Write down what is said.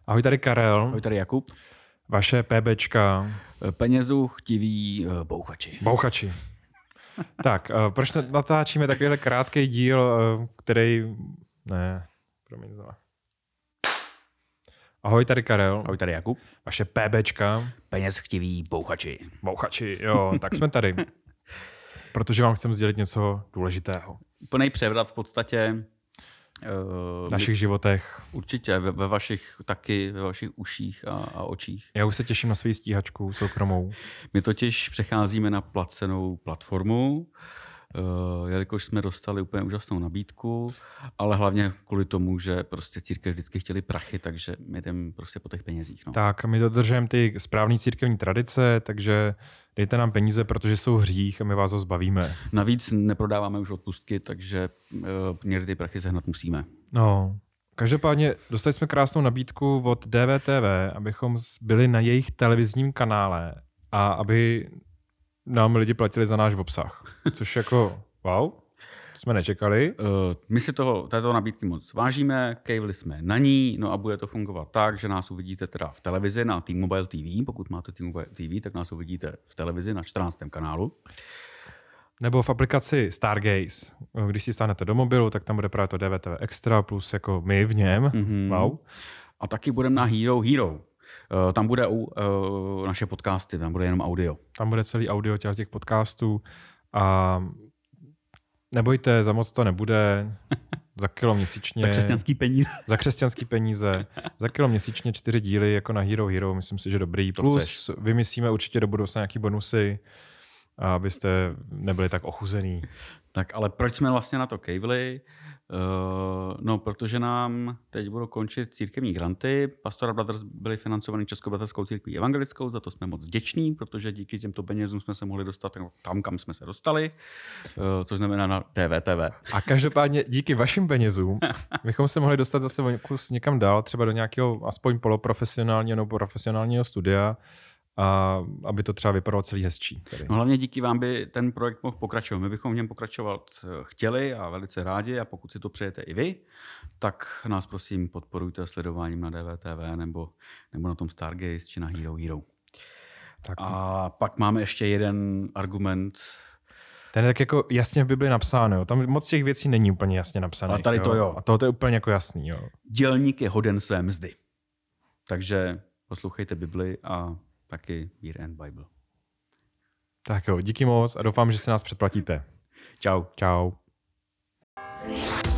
Ahoj, tady Karel. Ahoj, tady Jakub. Vaše PBčka. Penězu chtiví bouchači. Bouchači. Tak, proč natáčíme takovýhle krátký díl, který... Ne, promiň znova. Ahoj, tady Karel. Ahoj, tady Jakub. Vaše PBčka. Peněz chtiví bouchači. Bouchači, jo, tak jsme tady. Protože vám chceme sdělit něco důležitého. Úplnej převrat v podstatě. V našich životech. Určitě, ve vašich taky, ve vašich uších a očích. Já už se těším na svou stíhačku soukromou. My totiž přecházíme na placenou platformu, jelikož jsme dostali úplně úžasnou nabídku, ale hlavně kvůli tomu, že prostě církev vždycky chtěli prachy, takže my jdeme prostě po těch penězích. No. Tak, my dodržujeme ty správné církevní tradice, takže dejte nám peníze, protože jsou hřích a my vás ho zbavíme. Navíc neprodáváme už odpustky, takže někdy ty prachy sehnat musíme. No, každopádně dostali jsme krásnou nabídku od DVTV, abychom byli na jejich televizním kanále a aby nám lidi platili za náš obsah. Což jako, wow, jsme nečekali. My si této nabídky moc vážíme, kejvli jsme na ní, no a bude to fungovat tak, že nás uvidíte teda v televizi na T-Mobile TV, pokud máte T-Mobile TV, tak nás uvidíte v televizi na 14. kanálu. Nebo v aplikaci Stargaze. Když si stáhnete do mobilu, tak tam bude právě to DVTV Extra plus jako my v něm. Mm-hmm. Wow. A taky budeme na Hero. Tam bude naše podcasty, tam bude jenom audio. Tam bude celý audio těch podcastů a nebojte, za moc to nebude. Za kilo měsíčně. Za křesťanský peníze. Za křesťanský peníze. Za kilo měsíčně 4 díly jako na Hero. Myslím si, že dobrý. Plus vymyslíme určitě do budoucna nějaký bonusy, abyste nebyli tak ochuzený. Tak ale proč jsme vlastně na to kejvli? No, protože nám teď budou končit církevní granty. Pastoral Brothers byli financovaní Českobraterskou církví evangelickou, za to jsme moc vděční, protože díky těmto penězům jsme se mohli dostat tam, kam jsme se dostali, což znamená na DVTV. A každopádně díky vašim penězům bychom se mohli dostat zase někam dál, třeba do nějakého aspoň poloprofesionálního nebo profesionálního studia, a aby to třeba vypadalo celý hezčí. No hlavně díky vám by ten projekt mohl pokračovat. My bychom v něm pokračovat chtěli a velice rádi, a pokud si to přejete i vy, tak nás prosím podporujte sledováním na DVTV nebo na tom Stargaze či na Hero. Tak. A pak máme ještě jeden argument. Ten je tak jako jasně v Bibli napsáno. Jo. Tam moc těch věcí není úplně jasně napsané. A tady to jo. A tohle je úplně jako jasný. Jo. Dělník je hoden své mzdy. Takže poslouchejte Bibli a taky Beer and Bible. Tak jo, díky moc a doufám, že se nás předplatíte. Čau. Čau.